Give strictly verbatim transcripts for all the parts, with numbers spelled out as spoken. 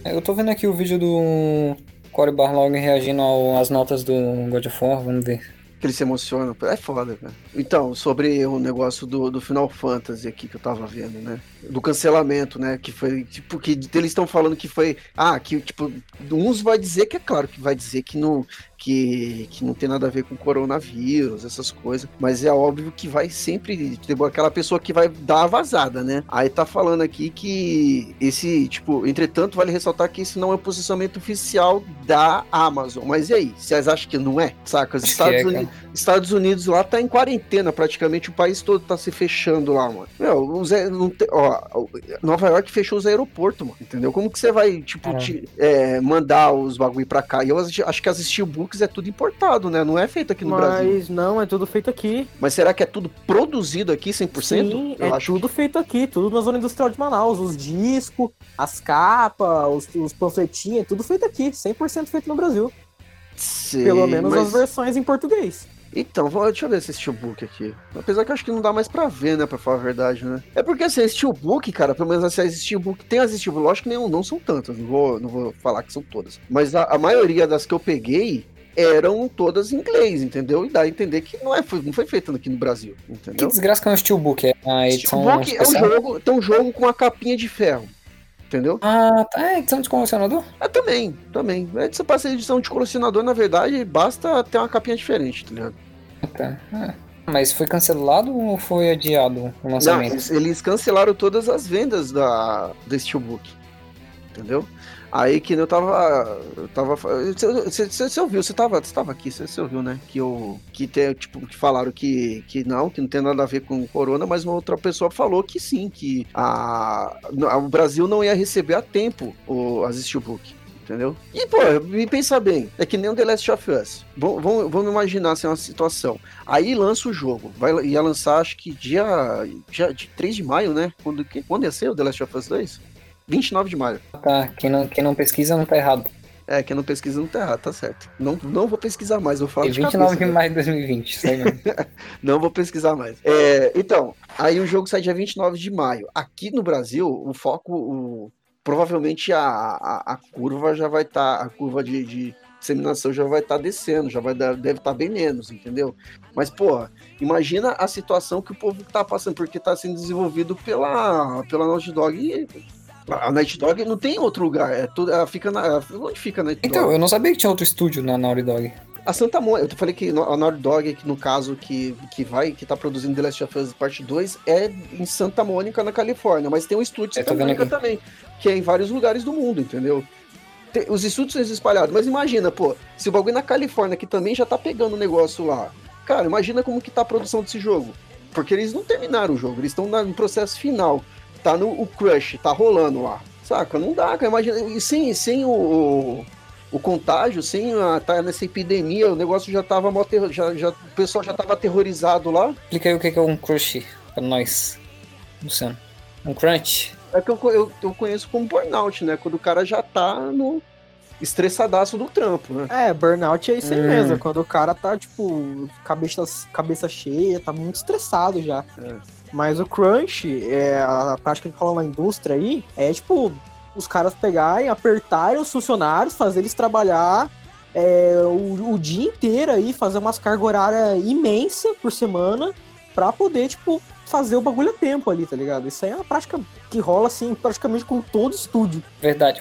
Eu tô vendo aqui o vídeo do Cory Barlog reagindo ao- às notas do God of War, vamos ver. Que ele se emociona. É foda, cara. Então, sobre o negócio do, do Final Fantasy aqui que eu tava vendo, né? Do cancelamento, né? Que foi, tipo, que eles estão falando que foi. Ah, que, tipo, uns vai dizer que é claro que vai dizer que não, que, que não tem nada a ver com coronavírus, essas coisas. Mas é óbvio que vai sempre. Tipo, aquela pessoa que vai dar a vazada, né? Aí tá falando aqui que esse, tipo, entretanto, vale ressaltar que esse não é o posicionamento oficial da Amazon. Mas e aí? Vocês acham que não é? Saca? Os Acho que Estados é, Unidos. cara. Estados Unidos lá tá em quarentena, praticamente o país todo tá se fechando lá, mano. Meu, os, aer- não te- ó, Nova York fechou os aeroportos, mano, entendeu? Como que você vai, tipo, Caramba. te- é, mandar os bagulho pra cá? E eu acho acho que as steelbooks é tudo importado, né? Não é feito aqui no Brasil. Mas não, é tudo feito aqui. Mas será que é tudo produzido aqui cem por cento? Sim, é Eu acho tudo que... feito aqui, tudo na zona industrial de Manaus. Os discos, as capas, os, os panfletinhos, é tudo feito aqui, cem por cento feito no Brasil. Pelo Sei, menos as mas... versões em português. Então, vou- deixa eu ver esse steelbook aqui. Apesar que eu acho que não dá mais pra ver, né? Pra falar a verdade, né? É porque assim, esse steelbook, cara, pelo menos assim, as steelbook, tem as steelbook, lógico que não, não são tantas, não vou, não vou falar que são todas. Mas a, a maioria das que eu peguei eram todas em inglês, entendeu? E dá a entender que não, é, foi, não foi feito aqui no Brasil, Que entendeu? desgraça que é um Steelbook? É a edição Steelbook é um especial? jogo, tem um jogo com a capinha de ferro, entendeu? Ah, tá. É edição de colecionador? É também, também. É, se você passa edição de colecionador, na verdade, basta ter uma capinha diferente, tá ligado? Ah, tá. Ah. Mas foi cancelado ou foi adiado o Não, lançamento? eles, eles cancelaram todas as vendas da, do Steelbook, entendeu? Aí que eu tava. Eu tava você, você, você ouviu, você tava, você tava aqui, você, você ouviu, né? Que eu. Que tem, tipo, que falaram que, que não, que não tem nada a ver com corona, mas uma outra pessoa falou que sim, que a, o Brasil não ia receber a tempo o, as Steelbook. Entendeu? E, pô, me pensa bem, é que nem o The Last of Us. Vamos, vamos, vamos imaginar assim, uma situação. Aí lança o jogo. Vai, ia lançar, acho que dia, dia de três de maio, né? Quando, quando ia ser o The Last of Us dois? vinte e nove de maio. Tá, quem não, quem não pesquisa não tá errado. É, quem não pesquisa não tá errado, tá certo. Não, não vou pesquisar mais, vou falar E de vinte e nove cabeça. de Né? maio de dois mil e vinte, isso aí mesmo. Não vou pesquisar mais. É, então, aí o jogo sai dia vinte e nove de maio. Aqui no Brasil, o foco, o, provavelmente a, a, a curva já vai estar, tá, a curva de, de disseminação já vai estar tá descendo, já vai dar, deve estar tá bem menos, entendeu? Mas, pô, imagina a situação que o povo tá passando, porque tá sendo desenvolvido pela, pela Naughty Dog e a Naughty Dog não tem outro lugar, é tudo, ela fica na, onde fica a Naughty Dog? Então, eu não sabia que tinha outro estúdio na Naughty Dog. A Santa Mônica, eu falei que a Naughty Dog, que no caso, que, que vai, que tá produzindo The Last of Us Parte dois, é em Santa Mônica, na Califórnia, mas tem um estúdio em Eu Santa tô vendo Mônica aqui. também, que é em vários lugares do mundo, entendeu? Tem, os estúdios são espalhados, mas imagina, pô, se o bagulho na Califórnia, que também já tá pegando o negócio lá, cara, imagina como que tá a produção desse jogo, porque eles não terminaram o jogo, eles estão no processo final, tá no o crush, tá rolando lá, saca? Não dá, cara, imagina, e sem, sem o... o o contágio, sem a, tá nessa epidemia, o negócio já tava mó terror, já, já, o pessoal já tava aterrorizado lá. Explica aí o que é um crush pra nós, Luciano. Um crunch? É que eu, eu, eu conheço como burnout, né? Quando o cara já tá no estressadaço do trampo, né? É, burnout é isso aí Hum. mesmo, quando o cara tá, tipo, cabeça, cabeça cheia, tá muito estressado já. É. Mas o crunch, é, a prática que rola na indústria aí, é tipo, os caras pegarem, apertarem os funcionários, fazer eles trabalhar é, o, o dia inteiro aí, fazer umas cargas horárias imensas por semana, pra poder, tipo, fazer o bagulho a tempo ali, tá ligado? Isso aí é uma prática que rola, assim, praticamente com todo estúdio. Verdade,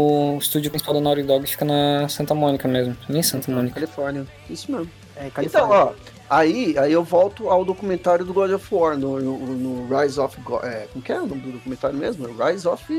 o estúdio principal da Naughty Dog fica na Santa Mônica mesmo, em Santa Mônica. Califórnia, isso mesmo. É, Então, ó, aí, aí eu volto ao documentário do God of War, no, no, no Rise of God. É, como que é o nome do documentário mesmo? Rise of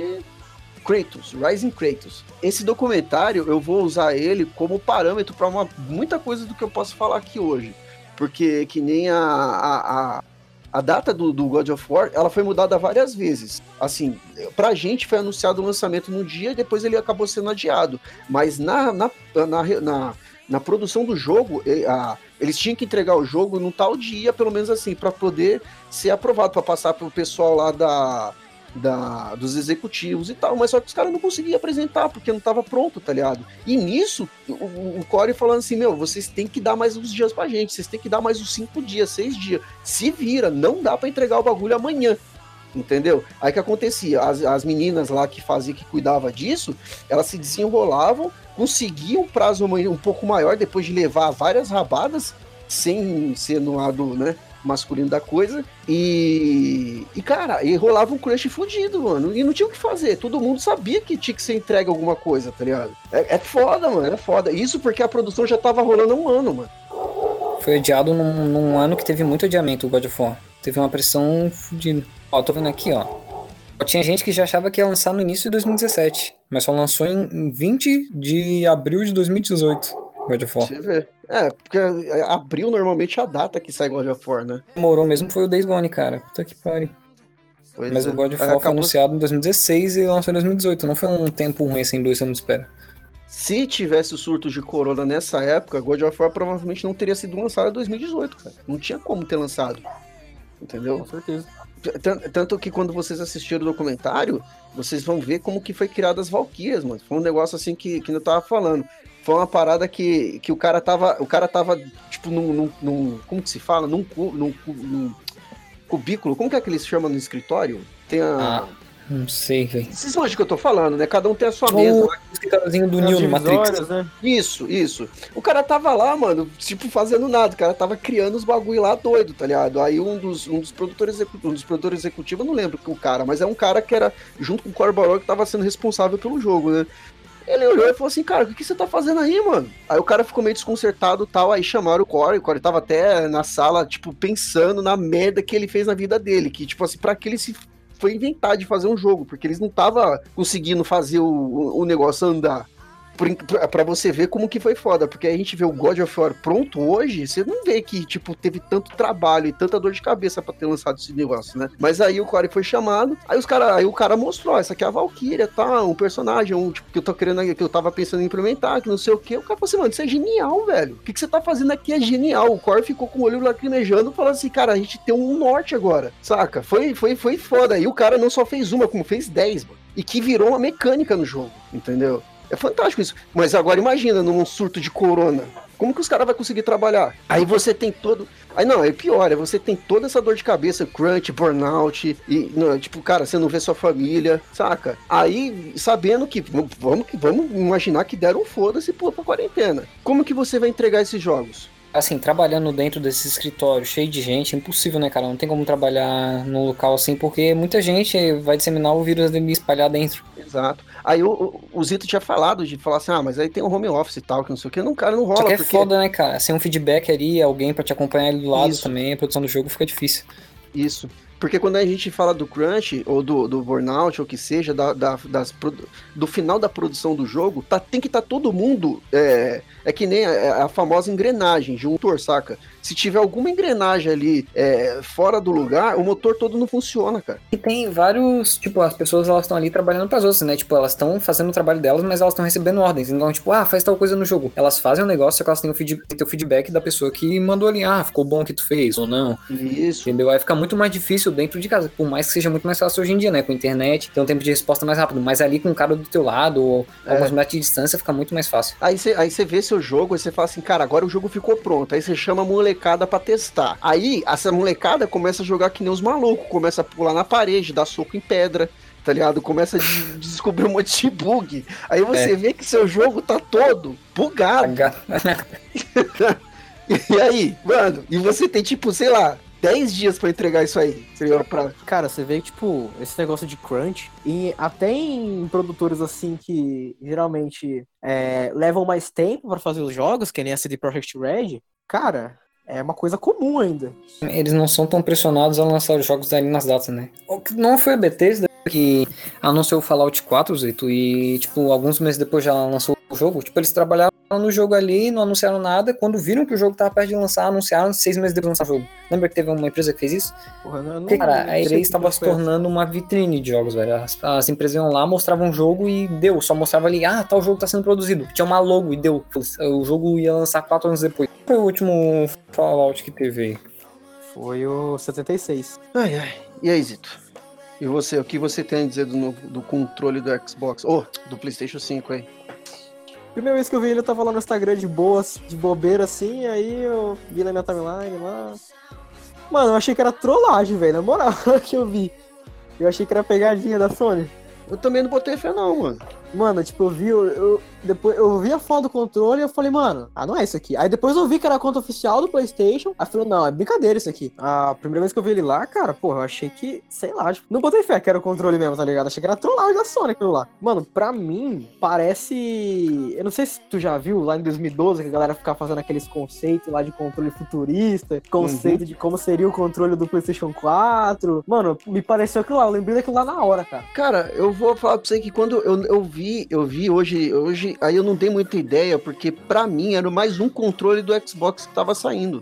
Kratos, Rising Kratos. Esse documentário, eu vou usar ele como parâmetro para muita coisa do que eu posso falar aqui hoje. Porque que nem a, a, a, a data do, do God of War, ela foi mudada várias vezes. Assim, pra gente foi anunciado o lançamento no dia e depois ele acabou sendo adiado. Mas na, na, na, na, na produção do jogo, a, eles tinham que entregar o jogo num tal dia, pelo menos assim, para poder ser aprovado, para passar pro pessoal lá da... Da, dos executivos e tal, mas só que os caras não conseguiam apresentar, porque não tava pronto, tá ligado? E nisso, o, o Corey falando assim, meu, vocês têm que dar mais uns dias pra gente, vocês têm que dar mais uns cinco dias, seis dias, se vira, não dá pra entregar o bagulho amanhã, entendeu? Aí o que acontecia? As, as meninas lá que faziam, que cuidava disso, elas se desenrolavam, conseguiam um prazo um pouco maior depois de levar várias rabadas, sem ser no lado, né, masculino da coisa, e, e cara, e rolava um crush fudido, mano, e não tinha o que fazer, todo mundo sabia que tinha que ser entregue alguma coisa, tá ligado? É, é foda, mano, é foda, isso porque a produção já tava rolando há um ano, mano. Foi adiado num, num ano que teve muito adiamento o God of War, teve uma pressão fudida. Ó, tô vendo aqui, ó, tinha gente que já achava que ia lançar no início de dois mil e dezessete, mas só lançou em vinte de abril de dois mil e dezoito, God of War. Você vê. É, porque abril normalmente é a data que sai God of War, né? Demorou mesmo foi o Days Gone, cara. Puta que pariu. Pois Mas é. o God of War Acabou... foi anunciado em dois mil e dezesseis e lançou em dois mil e dezoito. Não foi um tempo ruim assim, dois anos de espera. Se tivesse o surto de corona nessa época, God of War provavelmente não teria sido lançado em dois mil e dezoito, cara. Não tinha como ter lançado. Entendeu? Com certeza. Tanto que quando vocês assistiram o documentário, vocês vão ver como que foi criada as Valkyrias, mano. Foi um negócio assim que, que eu tava falando. Foi uma parada que, que o cara tava. O cara tava, tipo, num. num, num como que se fala? Num, num, num cubículo. Como que é que eles chamam no escritório? Tem a. Ah, não sei, velho. Vocês vão achar que eu tô falando, né? Cada um tem a sua mesa. O escritóriozinho do Neo no Matrix. Né? Isso, isso. O cara tava lá, mano, tipo, fazendo nada. O cara tava criando os bagulho lá doido, tá ligado? Aí um dos, um dos produtores executivos, um dos produtores executivos, eu não lembro que o cara, mas é um cara que era, junto com o Corbarol, que tava sendo responsável pelo jogo, né? Ele olhou e falou assim, cara, o que você tá fazendo aí, mano? Aí o cara ficou meio desconcertado e tal, aí chamaram o Corey, o Corey tava até na sala, tipo, pensando na merda que ele fez na vida dele, que, tipo assim, pra que ele se foi inventar de fazer um jogo, porque eles não tava conseguindo fazer o, o negócio andar. Pra você ver como que foi foda, porque a gente vê o God of War pronto hoje, você não vê que, tipo, teve tanto trabalho e tanta dor de cabeça pra ter lançado esse negócio, né? Mas aí o Corey foi chamado, aí, os cara, aí o cara mostrou, essa aqui é a Valkyria, tá? Um personagem, um, tipo, que eu tô querendo, que eu tava pensando em implementar, que não sei o que. O cara falou assim, mano, isso é genial, velho. O que, que você tá fazendo aqui é genial. O Corey ficou com o olho lacrimejando, falando assim, cara, a gente tem um norte agora, saca? Foi, foi, foi foda. E o cara não só fez uma, como fez dez, mano. E que virou uma mecânica no jogo, entendeu? É fantástico isso. Mas agora imagina, num surto de corona. Como que os caras vão conseguir trabalhar? Aí você tem todo... Aí não, é pior, é você tem toda essa dor de cabeça, crunch, burnout, e, não, tipo, cara, você não vê sua família, saca? Aí, sabendo que, vamos, vamos imaginar que deram um foda-se pra quarentena. Como que você vai entregar esses jogos? Assim, trabalhando dentro desse escritório cheio de gente, é impossível, né, cara? Não tem como trabalhar num local assim, porque muita gente vai disseminar o vírus e espalhar dentro. Exato. Aí o, o, o Zito tinha falado de falar assim, ah, mas aí tem o home office e tal, que não sei o que, não, cara, não rola. Só que é porque... foda, né, cara? Sem um feedback ali, alguém pra te acompanhar ali do lado Isso. também, a produção do jogo fica difícil. Isso. Porque quando a gente fala do crunch, ou do, do burnout, ou que seja, da, da, das, do final da produção do jogo, tá, tem que estar tá todo mundo, é, é que nem a, a famosa engrenagem de um motor, saca? Se tiver alguma engrenagem ali é, fora do lugar, o motor todo não funciona, cara. E tem vários, tipo, as pessoas elas estão ali trabalhando pras outras, né? Tipo, elas estão fazendo o trabalho delas, mas elas estão recebendo ordens. Então, tipo, ah, faz tal coisa no jogo. Elas fazem o um negócio, só que elas têm o, feed, têm o feedback da pessoa que mandou ali, ah, ficou bom o que tu fez ou não. Isso. Entendeu? Aí fica muito mais difícil dentro de casa, por mais que seja muito mais fácil hoje em dia, né? Com a internet, tem um tempo de resposta mais rápido, mas ali com o cara do teu lado, ou É. alguns metros de distância, fica muito mais fácil. Aí você aí você vê seu jogo e você fala assim, cara, agora o jogo ficou pronto. Aí você chama a molecada pra testar. Aí essa molecada começa a jogar que nem os malucos, começa a pular na parede, dar soco em pedra, tá ligado? Começa a de- descobrir um monte de bug. Aí você É. vê que seu jogo tá todo bugado. E aí, mano, e você tem tipo, sei lá, dez dias pra entregar isso aí. Seria pra... Cara, você vê que, tipo, esse negócio de crunch, e até em produtores, assim, que geralmente é, levam mais tempo pra fazer os jogos, que nem a C D Projekt Red, cara, é uma coisa comum ainda. Eles não são tão pressionados a lançar os jogos ali nas datas, né? O que não foi a Bethesda que anunciou o Fallout quatro, Zito, e, tipo, alguns meses depois já lançou o jogo. Tipo, eles trabalharam no jogo ali, não anunciaram nada. Quando viram que o jogo tava perto de lançar, anunciaram seis meses depois de lançar o jogo. Lembra que teve uma empresa que fez isso? Porra, eu não, Porque, cara, não a sei E três que estava se foi essa. tornando uma vitrine de jogos, velho. As, as empresas iam lá, mostravam um jogo e deu. Só mostrava ali, ah, tal jogo tá sendo produzido. Tinha uma logo e deu. O jogo ia lançar quatro anos depois. Qual foi o último Fallout que teve aí? Foi o setenta e seis. Ai, ai. E aí, Zito? E você, o que você tem a dizer do, do controle do Xbox? Oh, do PlayStation cinco aí. Primeira vez que eu vi ele, eu tava lá no Instagram de boas, de bobeira assim, aí eu vi na minha timeline lá. Mano, eu achei que era trollagem, velho, na moral, que eu vi. Eu achei que era pegadinha da Sony. Eu também não botei fé não, mano. Mano, tipo, eu vi, eu, eu- depois, eu vi a foto do controle e eu falei, mano, ah, não é isso aqui. Aí depois eu vi que era a conta oficial do PlayStation. Aí eu falei, não, é brincadeira isso aqui. A primeira vez que eu vi ele lá, cara, porra, eu achei que, sei lá, tipo, não botei fé que era o controle mesmo, tá ligado? Achei que era trollagem da Sony aquilo lá. Mano, pra mim, parece. Eu não sei se tu já viu lá em dois mil e doze que a galera ficava fazendo aqueles conceitos lá de controle futurista, conceito de como seria o controle do PlayStation quatro. Mano, me pareceu aquilo lá, eu lembrei daquilo lá na hora, cara. Cara, eu vou falar pra você que quando eu, eu vi, eu vi hoje, hoje, aí eu não dei muita ideia, porque pra mim era mais um controle do Xbox que tava saindo.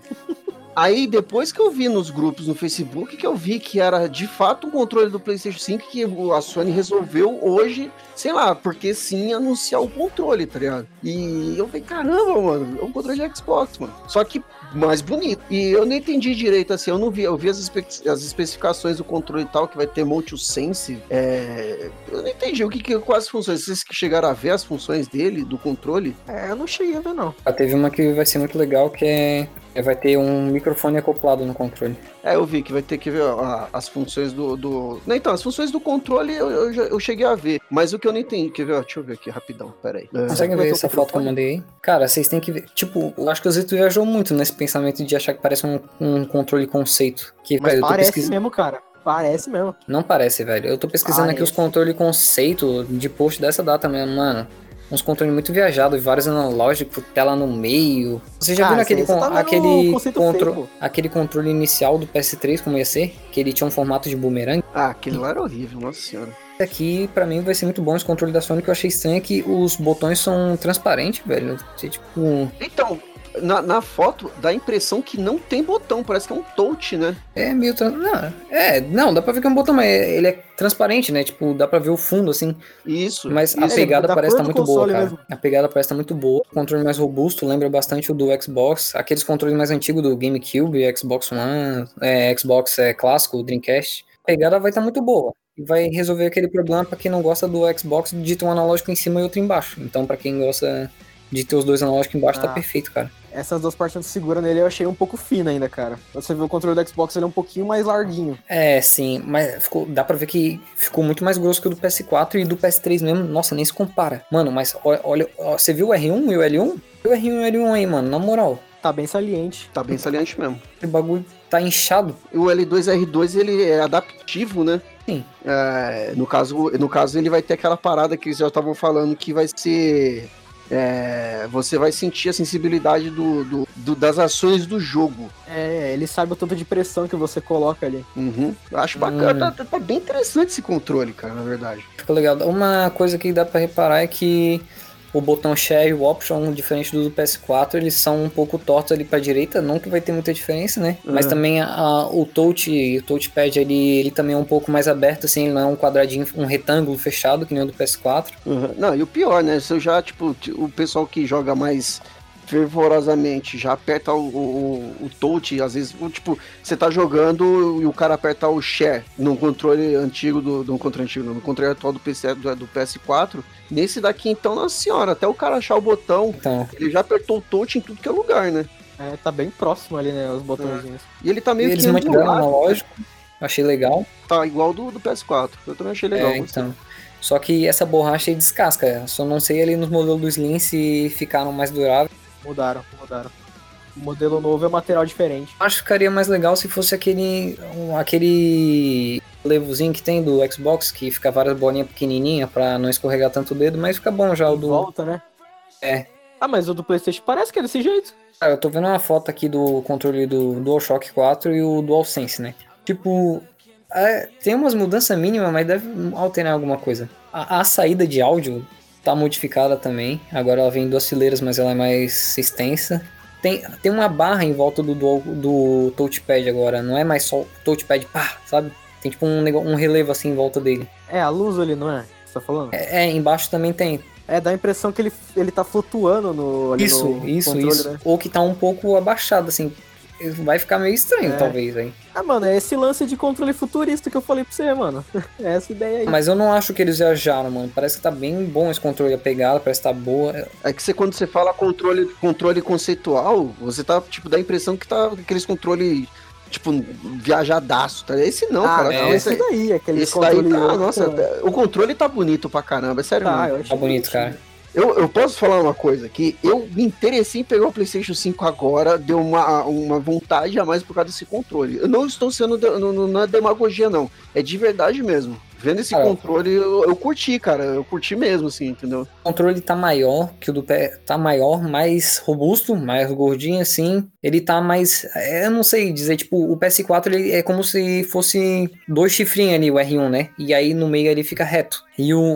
Aí depois que eu vi nos grupos no Facebook, que eu vi que era de fato um controle do PlayStation cinco que a Sony resolveu hoje, sei lá, porque sim, anunciar o controle, tá ligado? E eu falei, caramba, mano, é um controle de Xbox, mano. Só que mais bonito. E eu não entendi direito, assim, eu não vi, eu vi as, espe- as especificações do controle e tal, que vai ter multi-sense. É... Eu não entendi o que, que quais as funções. Vocês que chegaram a ver as funções dele, do controle? É, eu não cheguei a ver, não. Ah, teve uma que vai ser muito legal, que é, é vai ter um microfone acoplado no controle. É, eu vi que vai ter que ver a- as funções do, do... Não, então, as funções do controle eu, eu, já- eu cheguei a ver, mas o que eu não entendi, quer ver, ó, deixa eu ver aqui rapidão, pera aí. É, Consegue vai ver ter o essa foto que eu microfone? mandei aí? Cara, vocês têm que ver. Tipo, eu acho que o Zito viajou muito nesse pensamento de achar que parece um, um controle conceito. Que, Mas velho, eu tô parece pesquisando. mesmo, cara. Parece mesmo. Não parece, velho. Eu tô pesquisando aqui os Parece. controles conceito de post dessa data mesmo, mano. Uns controles muito viajados, vários analógicos, tela no meio. Você já Ah, viu aquele, você tá con- vendo aquele, o conceito contro- feio, pô. aquele controle inicial do P S três, como ia ser? Que ele tinha um formato de boomerang? Ah, aquele lá era horrível, nossa senhora. Esse aqui, pra mim, vai ser muito bom esse controle da Sony, que eu achei estranho é que os botões são transparentes, velho. Você, tipo, Então, na, na foto dá a impressão que não tem botão, parece que é um touch, né? é meio... Trans... Não, é, não, dá pra ver que é um botão, mas ele é transparente, né? Tipo, dá pra ver o fundo, assim. Isso. Mas a isso. pegada da parece cor estar do muito boa, console cara. mesmo. A pegada parece estar muito boa. O controle mais robusto lembra bastante o do Xbox. Aqueles controles mais antigos do GameCube, Xbox One, é, Xbox é, clássico, Dreamcast. A pegada vai estar muito boa. E vai resolver aquele problema pra quem não gosta do Xbox de ter um analógico em cima e outro embaixo. Então, pra quem gosta de ter os dois analógicos embaixo, tá Ah. perfeito, cara. Essas duas partes que segura nele eu achei um pouco fina ainda, cara. Você vê o controle do Xbox, ele é um pouquinho mais larguinho. É, sim, mas ficou, dá pra ver que ficou muito mais grosso que o do P S quatro e do P S três mesmo. Nossa, nem se compara. Mano, mas olha, olha ó, você viu o R um e o L um? E o R um e o L um aí, mano, na moral. Tá bem saliente. Tá bem saliente mesmo. Esse bagulho tá inchado. E o L dois R dois, ele é adaptivo, né? Sim. É, no, caso, no caso, ele vai ter aquela parada que eles já estavam falando que vai ser... é, você vai sentir a sensibilidade do, do- do- das ações do jogo. É, ele sabe o tanto de pressão que você coloca ali. Uhum. Eu acho bacana, tá, tá bem interessante esse controle, cara, na verdade. Ficou legal. Uma coisa que dá pra reparar é que o botão Share e o Option, diferente do do P S quatro, eles são um pouco tortos ali pra direita, não que vai ter muita diferença, né? Mas Uhum. também a- o touch, o touchpad ali, ele também é um pouco mais aberto, assim, ele não é um quadradinho, um retângulo fechado, que nem o do P S quatro. Uhum. Não, e o pior, né? Se eu já, tipo, t- o pessoal que joga mais fervorosamente já aperta o, o, o touch, às vezes, o, tipo, você tá jogando e o cara aperta o share no controle antigo do, do controle antigo, não, no controle atual do P C, do, do P S quatro. Nesse daqui, então, nossa senhora, até o cara achar o botão, Então, ele já apertou o touch em tudo que é lugar, né? É, tá bem próximo ali, né, os botõezinhos. E ele tá meio eles que mantiveram o angulado, analógico, achei legal. tá igual do, do P S quatro. Eu também achei legal. É, gostei. então. Só que essa borracha aí descasca, só não sei ali nos modelos do Slim se ficaram mais duráveis. Mudaram, mudaram. O modelo novo é material diferente. Acho que ficaria mais legal se fosse aquele um- aquele levozinho que tem do Xbox, que fica várias bolinhas pequenininhas pra não escorregar tanto o dedo, mas fica bom já o do... Volta, né? É. Ah, mas o do PlayStation parece que é desse jeito. Cara, eu tô vendo uma foto aqui do controle do DualShock quatro e o DualSense, né? Tipo, é, tem umas mudanças mínimas, mas deve alterar alguma coisa. A, a saída de áudio tá modificada também. Agora ela vem em duas fileiras, mas ela é mais extensa. Tem, tem uma barra em volta do, do, do touchpad agora, não é mais só o touchpad, pá, sabe? Tem tipo um, nego- um relevo assim em volta dele. É, a luz ali, não é? Você tá falando? É, É, é, embaixo também tem. dá a impressão que ele, ele tá flutuando no, ali Isso, no isso, controle, isso. né? Ou que tá um pouco abaixado, assim. Vai ficar meio estranho, É. talvez, aí. Ah, mano, é esse lance de controle futurista que eu falei pra você, mano. É essa ideia aí. Mas eu não acho que eles viajaram, mano. Parece que tá bem bom esse controle, a pegada parece que tá boa. É que você, quando você fala controle, controle conceitual, você tá, tipo, dá a impressão que tá aqueles controle tipo, viajadaço, tá? Esse não, Ah, cara. não, esse, esse daí, aquele esse daí controle. tá, nossa, o controle tá bonito pra caramba, é sério Tá, mesmo. eu achei Tá bonito, cara. Eu, eu posso falar uma coisa aqui? Eu me interessei em pegar o PlayStation cinco agora, deu uma, uma vontade a mais por causa desse controle. Eu não estou sendo, de, não, não é demagogia não, é de verdade mesmo. Vendo esse Cara, controle, eu, eu curti, cara, eu curti mesmo, assim, entendeu? O controle tá maior que o do pé, tá maior, mais robusto, mais gordinho assim. Ele tá mais, eu não sei dizer, tipo, o P S quatro ele é como se fosse dois chifrinhos ali, o R um, né? E aí no meio ele fica reto. E o,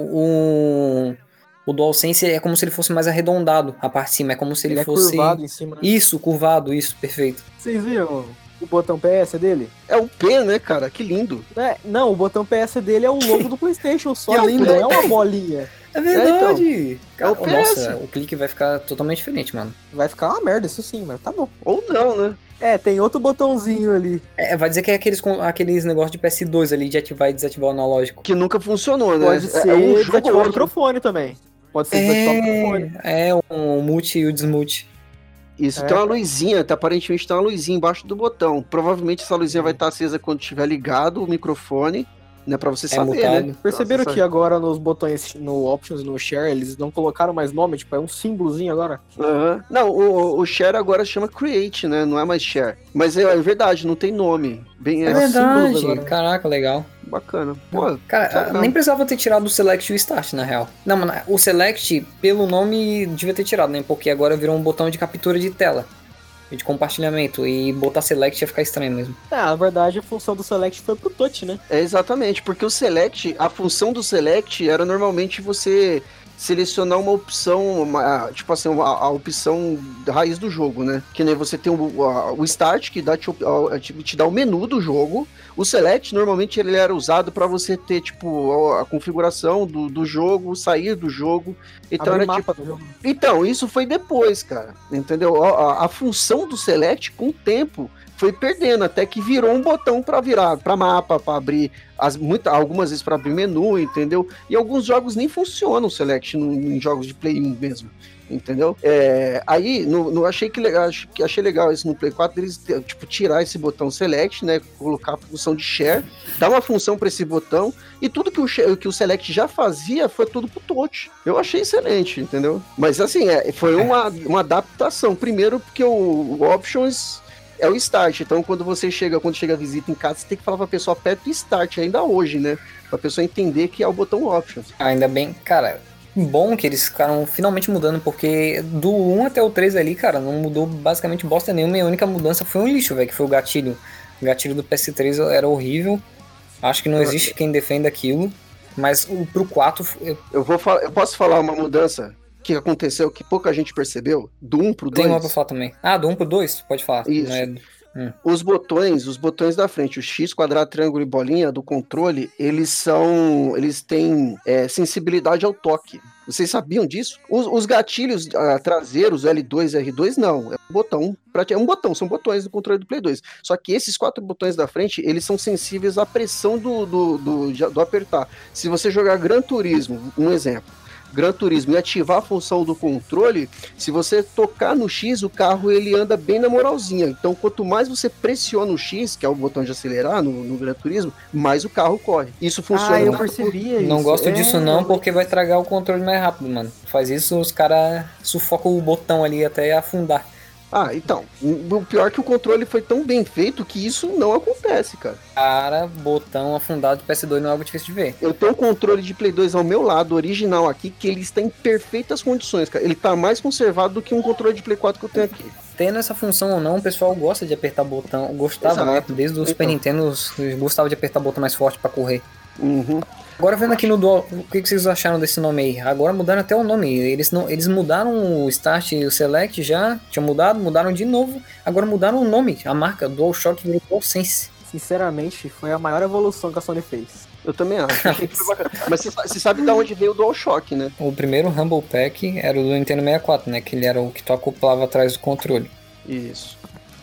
o, o DualSense é como se ele fosse mais arredondado, a parte de cima, é como se ele, Ele é fosse... curvado em cima, né? Isso, curvado, isso, perfeito. Vocês viram o botão P S dele? É o P, né, cara? Que lindo. É, não, o botão P S dele é o logo do PlayStation só, Que tipo, lindo, não é. é uma bolinha. É verdade! Cara, É o P S. nossa, o clique vai ficar totalmente diferente, mano. Vai ficar uma merda, isso sim, mas tá bom. Ou não, né? É, tem outro botãozinho ali. É, vai dizer que é aqueles, com- aqueles negócios de P S dois ali, de ativar e desativar o analógico. Que nunca funcionou, né? Pode É- ser é um jogo desativar ou o outro. microfone também. Pode ser desativar o microfone. É, é o mute e o desmute. Isso, É. tem uma luzinha, tá, aparentemente tem uma luzinha embaixo do botão. Provavelmente essa luzinha vai estar acesa quando estiver ligado o microfone, né, pra você É saber, mutado. né? Perceberam Nossa, que agora nos botões, no Options e no Share, eles não colocaram mais nome, tipo, é um símbolozinho agora. Aham. Não, o, o Share agora chama Create, né? Não é mais Share. Mas é, é verdade, não tem nome. Bem, É é verdade. símbolos agora. Caraca, legal. bacana. Pô, Cara, legal. nem precisava ter tirado o Select e o Start, na real. Não, mano, o Select, pelo nome, devia ter tirado, né? Porque agora virou um botão de captura de tela. De compartilhamento. E botar Select ia ficar estranho mesmo. É, na verdade, a função do Select foi pro touch, né? É exatamente, porque o Select, a função do Select era normalmente você selecionar uma opção, uma, tipo assim, uma, a opção raiz do jogo, né? Que nem você tem o, a, o Start, que dá, te, a, te dá o menu do jogo. O Select, normalmente, ele era usado para você ter, tipo, a, a configuração do, do jogo, sair do jogo. Então, Abrir era, mapa tipo, do jogo. então, isso foi depois, cara, entendeu? A, a, a função do Select, com o tempo, foi perdendo, até que virou um botão para virar, para mapa, para abrir, as, muita, algumas vezes para abrir menu, entendeu? E alguns jogos nem funcionam o Select no, em jogos de Play um mesmo, entendeu? É, aí, no, no, achei que legal, que achei legal isso no Play quatro, eles, tipo, tirar esse botão Select, né, colocar a função de Share, dar uma função para esse botão, e tudo que o, que o Select já fazia foi tudo pro touch. Eu achei excelente, entendeu? Mas assim, é, foi uma, uma adaptação, primeiro porque o, o Options é o Start, então quando você chega, quando chega a visita em casa, você tem que falar pra pessoa, aperta o Start, ainda hoje, né? Pra pessoa entender que é o botão Options. Ainda bem, cara, bom que eles ficaram finalmente mudando, porque do um até o três ali, cara, não mudou basicamente bosta nenhuma, e a única mudança foi um lixo, velho, que foi o gatilho. O gatilho do P S três era horrível, acho que não existe quem defenda aquilo, mas o, pro quatro... Eu Eu, vou falar, eu posso falar uma mudança que aconteceu, que pouca gente percebeu, do um pro tenho uma pra dois? falar também. Ah, do um pro dois? Pode falar. Isso. Não é... Hum. Os botões, os botões da frente, o X, quadrado, triângulo e bolinha do controle, eles são, eles têm é, sensibilidade ao toque. Vocês sabiam disso? Os, os gatilhos uh, traseiros, L dois, R dois, não. É um botão, é um botão, são botões do controle do Play dois. Só que esses quatro botões da frente, eles são sensíveis à pressão do, do, do, do apertar. Se você jogar Gran Turismo, um exemplo, Gran Turismo e ativar a função do controle, se você tocar no X, o carro ele anda bem na moralzinha. Então, quanto mais você pressiona o X, que é o botão de acelerar no, no Gran Turismo, mais o carro corre. Isso funciona. Ah, eu muito. percebia isso. Não gosto É, disso não, porque vai estragar o controle mais rápido, mano. Faz isso, os caras sufocam o botão ali até afundar. Ah, então, o pior é que o controle foi tão bem feito que isso não acontece, cara. Cara, botão afundado de P S dois não é algo difícil de ver. Eu tenho um controle de Play dois ao meu lado, original aqui, que ele está em perfeitas condições, cara. Ele tá mais conservado do que um controle de Play quatro que eu tenho aqui. Tendo essa função ou não, o pessoal gosta de apertar botão. Gostava, Exato. né? Desde o Super Então. Nintendo, gostava de apertar botão mais forte pra correr. Uhum. Agora vendo aqui no Dual, o que vocês acharam desse nome aí? Agora mudaram até o nome. Eles, não, eles mudaram o Start e o Select já. Tinha mudado, mudaram de novo. Agora mudaram o nome. A marca DualShock virou DualSense. Sinceramente, foi a maior evolução que a Sony fez. Eu também acho. Achei que foi bacana. Mas você, você sabe de onde veio o DualShock, né? O primeiro Rumble Pack era o do Nintendo sessenta e quatro, né? Que ele era o que tu acoplava atrás do controle. Isso.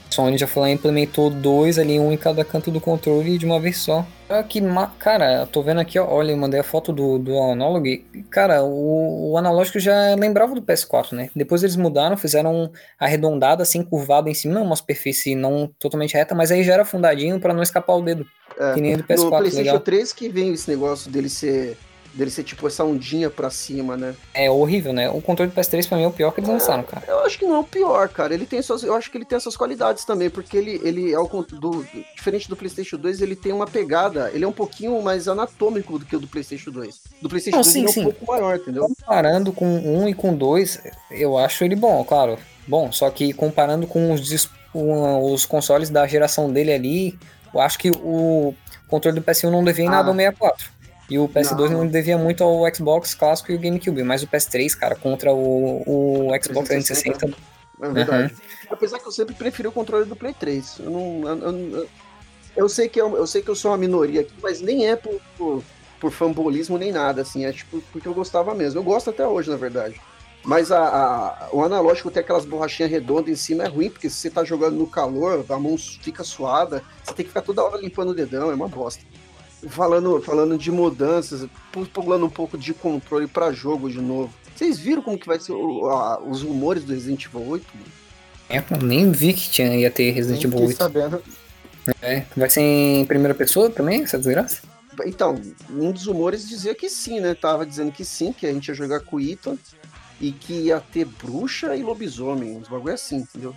Sony já foi lá e implementou dois ali, um em cada canto do controle de uma vez só. Ah, que ma... Cara, eu tô vendo aqui, ó, olha, eu mandei a foto do, do Analog. Cara, o, o analógico já lembrava do P S quatro, né? Depois eles mudaram, fizeram arredondada, assim, curvada em cima, uma superfície não totalmente reta, mas aí já era fundadinho pra não escapar o dedo. É, Que nem o do P S no quatro, PlayStation legal. três que vem esse negócio dele ser, dele ser tipo essa ondinha pra cima, né? É horrível, né? O controle do P S três pra mim é o pior que eles lançaram, cara. Eu acho que não é o pior, cara. Ele tem suas, eu acho que ele tem essas qualidades também, porque ele, ele é o do, diferente do PlayStation dois, ele tem uma pegada, ele é um pouquinho mais anatômico do que o do PlayStation dois. Do PlayStation Não, dois sim, ele é um sim. pouco maior, entendeu? Comparando com um e com dois, eu acho ele bom, claro. Bom, só que comparando com os, dis- com os consoles da geração dele ali, eu acho que o controle do P S um não devia em nada Ah, ao sessenta e quatro. E o P S dois não, não não. devia muito ao Xbox clássico e o GameCube. Mas o P S três, cara, contra o, o Xbox trezentos e sessenta. É Uhum. verdade. Apesar que eu sempre preferi o controle do Play três. Eu não. Eu, eu, eu- eu sei que eu, eu sei que eu sou uma minoria aqui, mas nem é por, por, por fanbolismo nem nada, assim. É tipo porque eu gostava mesmo. Eu gosto até hoje, na verdade. Mas a, a- o analógico tem aquelas borrachinhas redondas em cima é ruim, porque se você tá jogando no calor, a mão fica suada, você tem que ficar toda hora limpando o dedão, é uma bosta. Falando, falando de mudanças, pu- pulando um pouco de controle pra jogo de novo. Vocês viram como que vai ser o- a- os rumores do Resident Evil oito? Mano? É, eu nem vi que tinha, ia ter Resident Nem Evil fiquei oito. sabendo. É, vai ser em primeira pessoa também, essa desgraça? Então, um dos rumores dizia que sim, né? Tava dizendo que sim, que a gente ia jogar com o Ethan e que ia ter bruxa e lobisomem, uns bagulho assim, entendeu?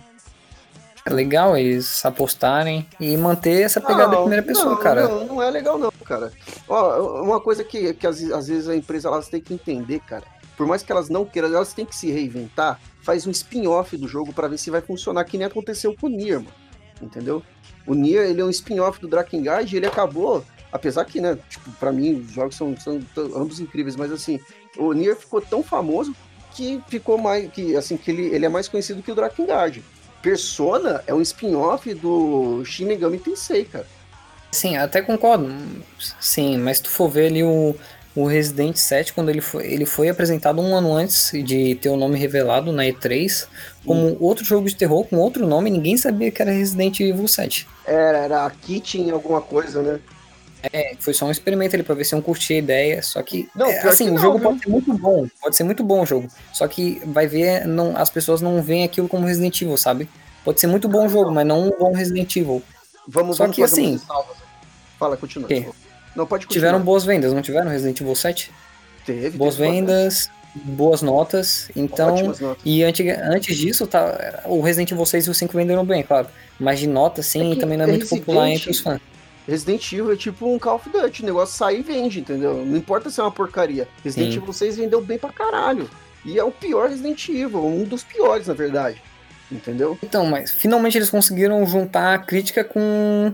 É legal eles apostarem e manter essa pegada da Não, primeira pessoa, não, cara. não, não é legal não, cara. Ó, uma coisa que, que às, às vezes a empresa elas têm que entender, cara. Por mais que elas não queiram, elas têm que se reinventar. Faz um spin-off do jogo pra ver se vai funcionar, que nem aconteceu com o Nier, mano. Entendeu? O Nier, ele é um spin-off do Drakengard e ele acabou, apesar que, né, tipo, pra mim, os jogos são, são t- ambos incríveis, mas assim, o Nier ficou tão famoso que ficou mais, que, assim, que ele, ele é mais conhecido que o Drakengard. Persona é um spin-off do Shin Megami Tensei, cara. Sim, até concordo. Sim, mas se tu for ver ali o, o Resident sete, quando ele foi, ele foi apresentado um ano antes de ter o nome revelado na E três, como outro jogo de terror com outro nome, ninguém sabia que era Resident Evil sete. Era, era a Kitchen alguma coisa, né? É, foi só um experimento ali pra ver se eu curtia a ideia, só que, Não, é, pior assim, que o não, jogo viu? pode ser muito bom, pode ser muito bom o jogo, só que vai ver, não, as pessoas não veem aquilo como Resident Evil, sabe? Pode ser muito bom o jogo, mas não um bom Resident Evil. Vamos, Só vamos que fazer assim, umas ressalvas. Fala, continua. quê? desculpa. Não, pode continuar. Tiveram boas vendas, não tiveram Resident Evil sete? Teve, Boas teve bastante. vendas, boas notas, então, Ótimas notas. e antiga, antes disso, tá, o Resident Evil seis e o cinco venderam bem, claro, mas de nota, sim, É que também não é muito Resident- popular entre os fãs. Resident Evil é tipo um Call of Duty, o negócio sai e vende, entendeu? Não importa se é uma porcaria. Resident Sim. Evil seis vendeu bem pra caralho. E é o pior Resident Evil, um dos piores, na verdade. Entendeu? Então, mas finalmente eles conseguiram juntar a crítica com,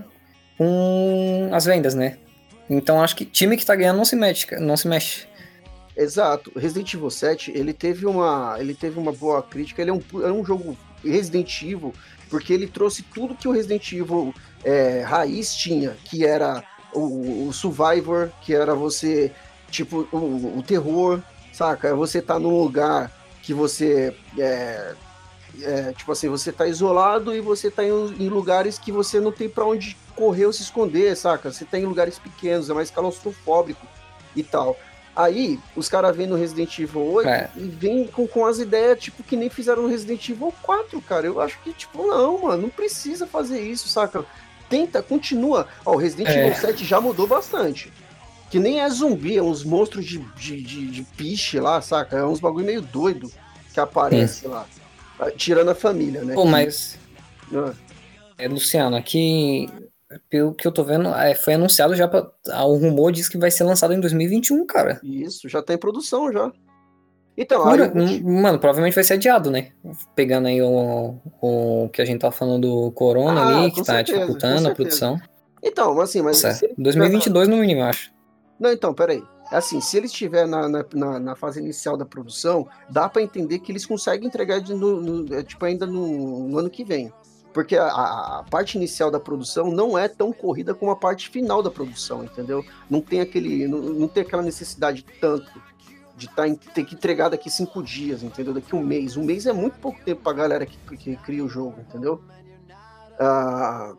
com as vendas, né? Então acho que time que tá ganhando não se mexe, não se mexe. Exato. Resident Evil sete, ele teve uma, ele teve uma boa crítica. Ele é um, é um jogo Resident Evil, porque ele trouxe tudo que o Resident Evil é, raiz tinha, que era o, o Survivor, que era você, tipo, o, o terror, saca? Você tá num lugar que você, é, é, tipo assim, você tá isolado e você tá em, em lugares que você não tem pra onde correr ou se esconder, saca? Você tá em lugares pequenos, é mais claustrofóbico e tal. Aí, os caras vêm no Resident Evil oito É. e vêm com, com as ideias, tipo, que nem fizeram no Resident Evil quatro, cara. Eu acho que, tipo, não, mano, não precisa fazer isso, saca? Tenta, continua. Ó, o Resident É. Evil sete já mudou bastante. Que nem é zumbi, é uns monstros de, de, de, de piche lá, saca? É uns bagulho meio doido que aparece lá. Tirando a família, né? Pô, Que- mas, Ah, é, Luciano, aqui, pelo que eu tô vendo, é, foi anunciado já, pra, ah, o rumor diz que vai ser lançado em dois mil e vinte e um, cara. isso, já tá em produção já. Então, aí Cura, eu vou te- hum, mano, provavelmente vai ser adiado, né? Pegando aí o, o que a gente tá falando do Corona Ah, ali, com que tá certeza, com dificultando a certeza. produção. Então, mas assim, mas Nossa, se ele dois mil e vinte e tiver dois no mínimo, eu acho. Não, então, peraí. Assim, se ele estiver na, na, na, na fase inicial da produção, dá pra entender que eles conseguem entregar de, no, no- é, tipo, ainda no, no ano que vem. Porque a, a- a parte inicial da produção não é tão corrida como a parte final da produção, entendeu? Não tem aquele, não, não tem aquela necessidade tanto de tá, em- ter que entregar daqui cinco dias, entendeu? Daqui um mês. Um mês é muito pouco tempo pra galera que, que cria o jogo, entendeu? Ah,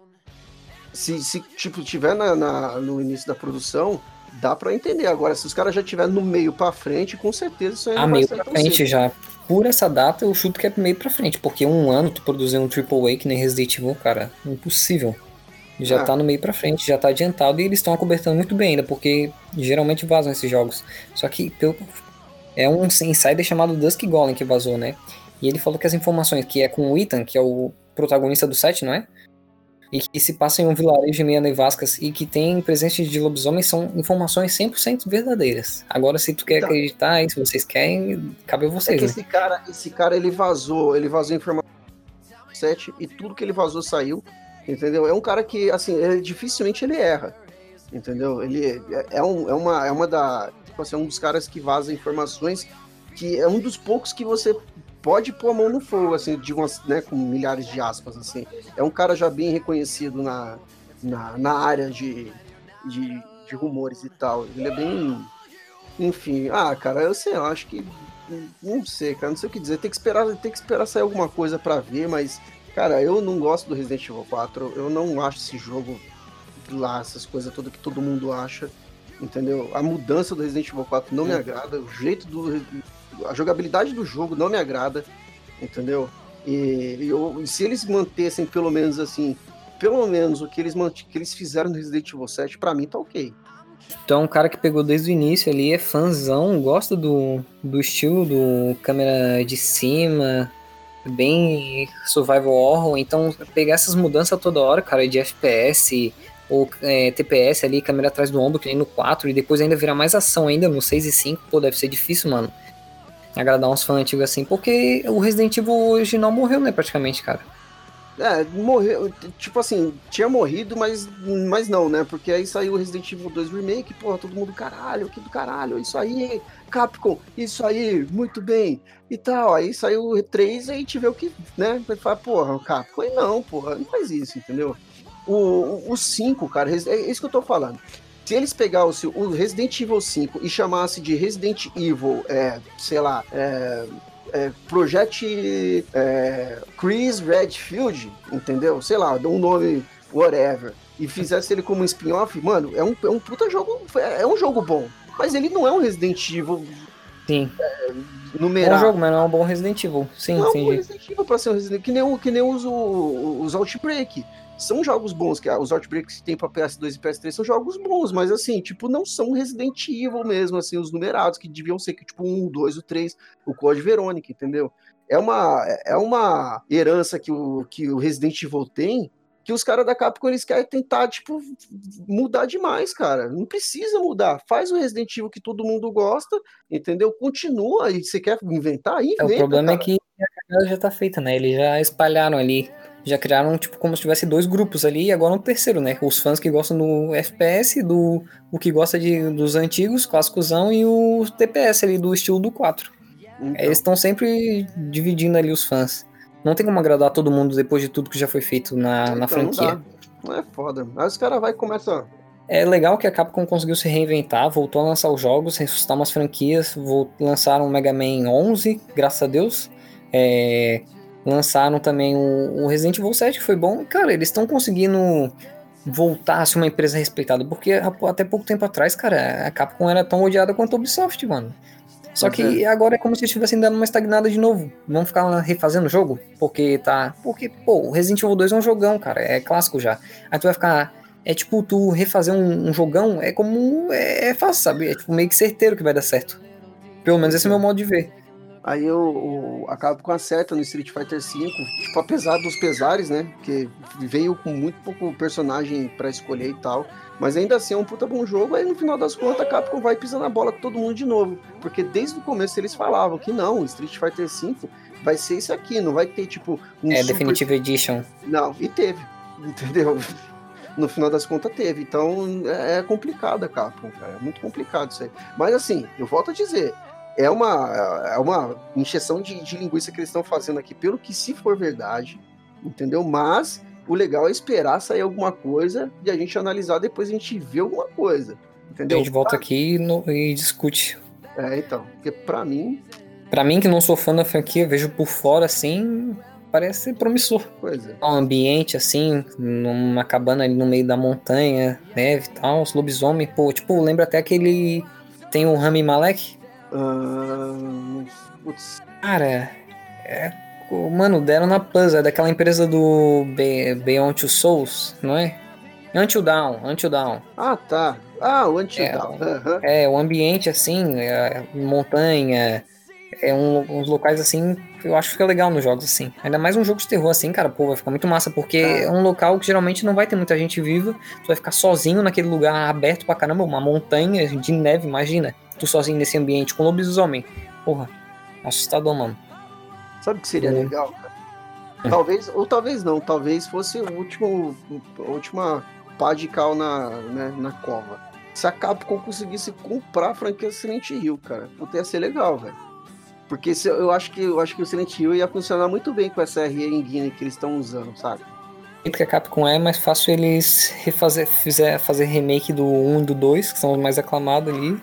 se, se tipo, tiver na, na- no início da produção, dá pra entender. Agora, se os caras já tiver no meio pra frente, com certeza isso aí Ah, não vai meio sair pra tão frente cedo. já. Por essa data, eu chuto que é meio pra frente, porque um ano tu produzir um Triple A que nem Resident Evil, cara, impossível. Já É, tá no meio pra frente, já tá adiantado e eles estão acobertando muito bem ainda, porque geralmente vazam esses jogos. Só que pelo- é um insider chamado Dusk Golem que vazou, né? E ele falou que as informações que é com o Ethan, que é o protagonista do site, não é? E que se passa em um vilarejo em meia nevascas e que tem presença de lobisomens são informações cem por cento verdadeiras. Agora, se tu quer então, acreditar e se vocês querem, cabe a é vocês, que né? esse cara, esse cara, ele vazou, ele vazou informação sete e tudo que ele vazou saiu, entendeu? É um cara que, assim, ele, dificilmente ele erra, entendeu? Ele é, é um, é uma, é uma da, tipo assim, é um dos caras que vaza informações que é um dos poucos que você pode pôr a mão no fogo, assim, de umas, né, com milhares de aspas, assim. É um cara já bem reconhecido na, na, na área de, de, de rumores e tal. Ele é bem, enfim, ah, cara, eu sei, eu acho que. Não sei, cara, não sei o que dizer. Tem que esperar, tem que esperar sair alguma coisa pra ver, mas, cara, eu não gosto do Resident Evil quatro. Eu não acho esse jogo lá, essas coisas todas que todo mundo acha. Entendeu? A mudança do Resident Evil quatro não me agrada. O jeito do. A jogabilidade do jogo não me agrada. Entendeu? E, eu, se eles mantessem pelo menos assim. Pelo menos o que eles, mant... que eles fizeram no Resident Evil sete, pra mim tá ok. Então, um cara que pegou desde o início ali é fãzão, gosta do, do estilo do câmera de cima, bem survival horror. Então, pegar essas mudanças toda hora, cara, de F P S ou é, T P S ali, câmera atrás do ombro, que nem no quatro, e depois ainda virar mais ação ainda no seis e cinco, pô, deve ser difícil, mano, agradar uns fãs antigos assim, porque o Resident Evil original morreu, né, praticamente, cara. É, morreu, tipo assim, tinha morrido, mas, mas não, né? Porque aí saiu o Resident Evil dois Remake, porra, todo mundo, caralho, que do caralho, isso aí, Capcom, isso aí, muito bem, e tal. Aí saiu o três e a gente vê o que, né? Vai falar, porra, Capcom, e não, porra, não faz isso, entendeu? O, o cinco, cara, é isso que eu tô falando. Se eles pegassem o Resident Evil cinco e chamasse de Resident Evil, é, sei lá, é, é, Project é, Chris Redfield, entendeu? Sei lá, dá um nome, whatever, e fizesse ele como um spin-off, mano, é um, é um puta jogo, é, é um jogo bom, mas ele não é um Resident Evil Sim, bom numerado. jogo, mas não é um bom Resident Evil. Sim, Não é um bom entendi. Resident Evil pra ser um Resident Evil, que nem, o, que nem os, o- os Outbreak. São jogos bons, que os Outbreaks que tem pra P S dois e P S três são jogos bons, mas assim, tipo, não são Resident Evil mesmo, assim, os numerados, que deviam ser, que, tipo, um, o dois, o três, o Code Verônica, entendeu? É uma, é uma herança que o, que o Resident Evil tem, que os caras da Capcom, eles querem tentar, tipo, mudar demais, cara. Não precisa mudar. Faz o Resident Evil que todo mundo gosta, entendeu? Continua, e você quer inventar? É, o Inventa, problema é cara. que a cagada já tá feita, né? Eles já espalharam ali. Já criaram, tipo, como se tivesse dois grupos ali e agora um terceiro, né? Os fãs que gostam do F P S, do o que gosta de, dos antigos, clássicosão, e o T P S ali, do estilo do quatro. Eles Então. estão sempre dividindo ali os fãs. Não tem como agradar todo mundo depois de tudo que já foi feito na, na Então, não franquia. dá. Não é foda. Aí os caras vai e começa. É legal que a Capcom conseguiu se reinventar, voltou a lançar os jogos, ressuscitar umas franquias, vol- lançaram o Mega Man onze, graças a Deus. É, lançaram também o, o Resident Evil sete, que foi bom. E, cara, eles estão conseguindo voltar a ser uma empresa respeitada, porque a- até pouco tempo atrás, cara, a Capcom era tão odiada quanto a Ubisoft, mano. Só Pois é. que agora é como se estivessem dando uma estagnada de novo. Vão ficar refazendo o jogo? Porque tá. Porque, pô, o Resident Evil dois é um jogão, cara. É clássico já. Aí tu vai ficar. É tipo, tu refazer um, um jogão é como. É, é fácil, sabe? É tipo meio que certeiro que vai dar certo. Pelo menos Pois esse é o meu é. modo de ver. Aí eu, eu acabo com a seta no Street Fighter cinco, tipo, apesar dos pesares, né? Porque veio com muito pouco personagem pra escolher e tal. Mas ainda assim é um puta bom jogo. Aí no final das contas a Capcom vai pisando na bola com todo mundo de novo. Porque desde o começo eles falavam que não, o Street Fighter cinco vai ser isso aqui, não vai ter tipo um É super. Definitive Edition. Não, e teve, entendeu? No final das contas teve. Então é é complicado a Capcom, cara. É muito complicado isso aí. Mas assim, eu volto a dizer, é uma, é uma encheção de, de linguiça que eles estão fazendo aqui, pelo que se for verdade, entendeu? Mas o legal é esperar sair alguma coisa e a gente analisar, depois a gente vê alguma coisa, A gente entendeu? volta aqui e, no- e discute. É, então, porque pra mim, Pra mim, que não sou fã da franquia, vejo por fora assim. parece ser promissor. Pois é. Um ambiente assim, numa cabana ali no meio da montanha, neve e tal, os lobisomem, pô, tipo, lembra até aquele... Tem o Rami Malek? Uh, putz. Cara, é... Mano, deram na Plus, é daquela empresa do Be- Beyond Two Souls, não é? Until Dawn, Until Dawn. Ah, tá. Ah, o Until É, Dawn. Uhum. é, o ambiente assim, é, montanha, é um, uns locais assim, eu acho que fica legal nos jogos assim. Ainda mais um jogo de terror assim, cara, pô, vai ficar muito massa, porque é, é um local que geralmente não vai ter muita gente viva, tu vai ficar sozinho naquele lugar aberto pra caramba, uma montanha de neve, imagina, tu sozinho nesse ambiente com lobisomem. Porra, assustador, mano. Sabe o que seria É. legal, cara? Talvez, ou talvez não, talvez fosse o último, a última pá de cal na, né, na cova. Se a Capcom conseguisse comprar a franquia Silent Hill, cara, puta, ia ser legal, velho. Porque se, eu, acho que, eu acho que o Silent Hill ia funcionar muito bem com essa R Engine que eles estão usando, sabe? O que a Capcom é, é mais fácil eles refazer, fizer, fazer remake do um e do dois, que são os mais aclamados ali,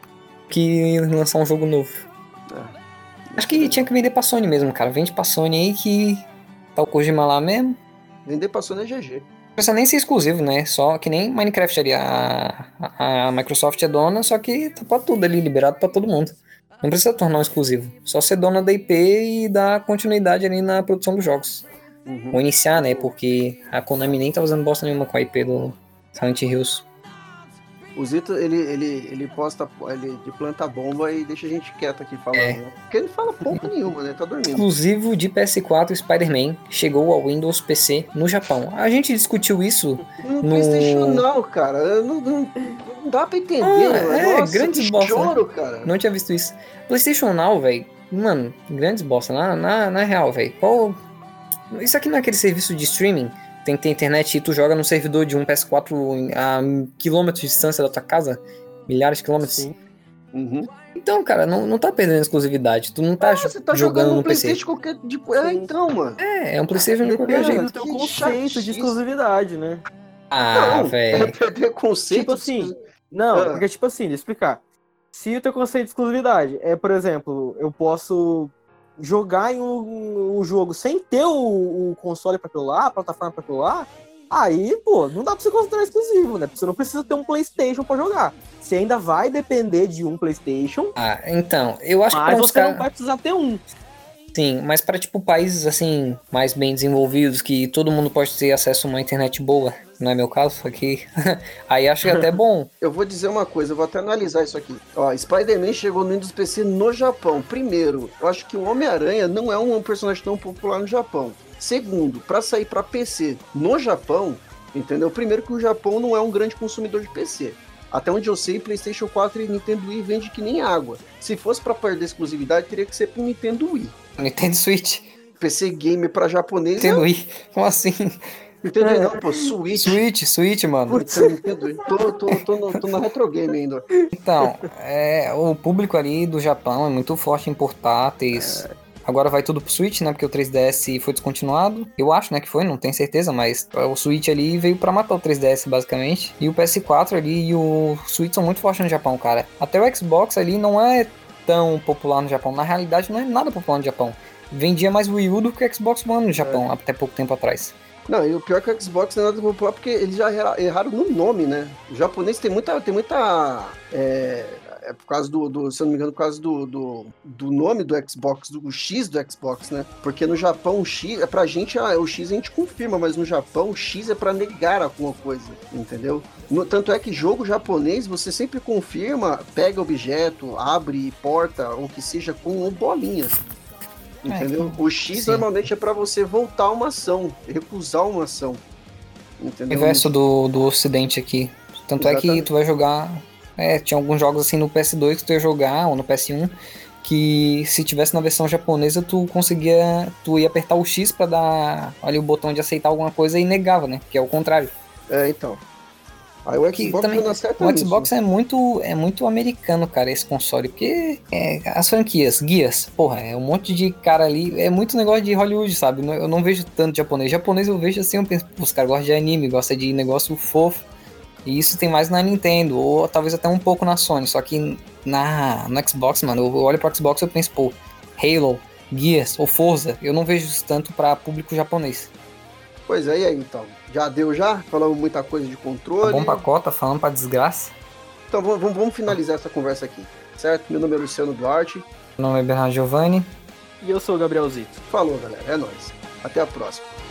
que lançar um jogo novo. É. Acho que tinha que vender pra Sony mesmo, cara. Vende pra Sony aí que tá o Kojima lá mesmo. Vender pra Sony é G G. Não precisa nem ser exclusivo, né? Só que nem Minecraft ali. A, a, a Microsoft é dona, só que tá pra tudo ali, liberado pra todo mundo. Não precisa tornar um exclusivo. Só ser dona da I P e dar continuidade ali na produção dos jogos. Uhum. Ou iniciar, né? Porque a Konami nem tá fazendo bosta nenhuma com a I P do Silent Hills. O Zito, ele, ele, ele posta ele de planta bomba e deixa a gente quieto aqui falando. É. Né? Porque ele fala pouco nenhuma, né? Tá dormindo. Exclusivo de P S quatro, Spider-Man chegou ao Windows P C no Japão. A gente discutiu isso No, no... PlayStation não, cara. Não, não, não dá pra entender. Ah, mano. é, Nossa, grandes que bosta, choro, cara. Não tinha visto isso. PlayStation Now, velho. Mano, grandes bosta. Na, na, na real, velho. Qual... Isso aqui não é aquele serviço de streaming? Tem que ter internet e tu joga no servidor de um P S quatro a quilômetros de distância da tua casa? Milhares de quilômetros? Sim. Uhum. Então, cara, não, não tá perdendo exclusividade. Tu não tá, Ah, você tá jogando, jogando no no P C. PlayStation qualquer. De... É, então, mano. É, é um PlayStation de qualquer Depende jeito. do teu Que conceito de chatice. exclusividade, né? Ah, não, velho. é perder conceito. Tipo assim, não, Ah. porque tipo assim, deixa eu explicar. Se o teu conceito de exclusividade é, por exemplo, eu posso jogar em um, um jogo sem ter o, o console pra aquilo lá, a plataforma pra aquilo lá, aí, pô, não dá pra você considerar exclusivo, né? Porque você não precisa ter um PlayStation pra jogar. Você ainda vai depender de um PlayStation, Ah, então, eu acho que mas pra uns você não caras... vai precisar ter um. Sim, mas para tipo países assim mais bem desenvolvidos que todo mundo pode ter acesso a uma internet boa, não é meu caso aqui. Aí acho que é até bom. Eu vou dizer uma coisa, eu vou até analisar isso aqui. Ó, Spider-Man chegou no Windows P C no Japão. Primeiro, eu acho que o Homem-Aranha não é um personagem tão popular no Japão. Segundo, para sair para P C no Japão, entendeu? Primeiro que o Japão não é um grande consumidor de P C. Até onde eu sei, PlayStation quatro e Nintendo Wii vende que nem água. Se fosse para perder exclusividade, teria que ser pro Nintendo Wii. Nintendo Switch. P C Gamer para japonês Nintendo é... Wii. Como assim? Nintendo Wii não, pô, Switch. Switch, Switch, mano. Putz, Nintendo Wii. Tô, tô, tô, no, tô na retro game ainda. Então, é, o público ali do Japão é muito forte em portáteis. Agora vai tudo pro Switch, né? Porque o três D S foi descontinuado. Eu acho, né, que foi, não tenho certeza, mas o Switch ali veio pra matar o três D S, basicamente. E o P S quatro ali e o Switch são muito fortes no Japão, cara. Até o Xbox ali não é tão popular no Japão. Na realidade, não é nada popular no Japão. Vendia mais Wii U do que o Xbox One no Japão, é. até pouco tempo atrás. Não, e o pior é que o Xbox não é nada popular porque eles já erraram no nome, né? O japonês tem muita... Tem muita é, é por causa do, do... Se eu não me engano, por causa do, do, do nome do Xbox, do X do Xbox, né? Porque no Japão o X... É pra gente, o X a gente confirma, mas no Japão o X é pra negar alguma coisa, entendeu? No, tanto é que jogo japonês você sempre confirma, pega objeto, abre porta, ou que seja com bolinhas. Entendeu? É, o X sim. Normalmente é pra você voltar uma ação, recusar uma ação. Entendeu? Inverso do, do ocidente aqui. Tanto Exatamente. É que tu vai jogar... É, tinha alguns jogos assim no P S dois que tu ia jogar, ou no P S um, que se tivesse na versão japonesa, tu conseguia... Tu ia apertar o X pra dar ali o botão de aceitar alguma coisa e negava, né? Que é o contrário. É, então... Aí o Xbox, também, o Xbox é muito, é muito americano, cara, esse console. Porque é, as franquias, guias, porra, é um monte de cara ali. É muito negócio de Hollywood, sabe? Eu não vejo tanto japonês. Japonês eu vejo assim, eu penso, os caras gostam de anime, gostam de negócio fofo. E isso tem mais na Nintendo, ou talvez até um pouco na Sony. Só que na, no Xbox, mano, eu olho pro Xbox e eu penso, pô, Halo, Gears ou Forza, eu não vejo isso tanto pra público japonês. Pois é, e aí então? Já deu já? Falamos muita coisa de Tá controle. bom pra cota, falando pra desgraça. Então vamos, vamos finalizar essa conversa aqui, certo? Meu nome é Luciano Duarte. Meu nome é Bernardo Giovanni. E eu sou o Gabriel Zito. Falou, galera. É nóis. Até a próxima.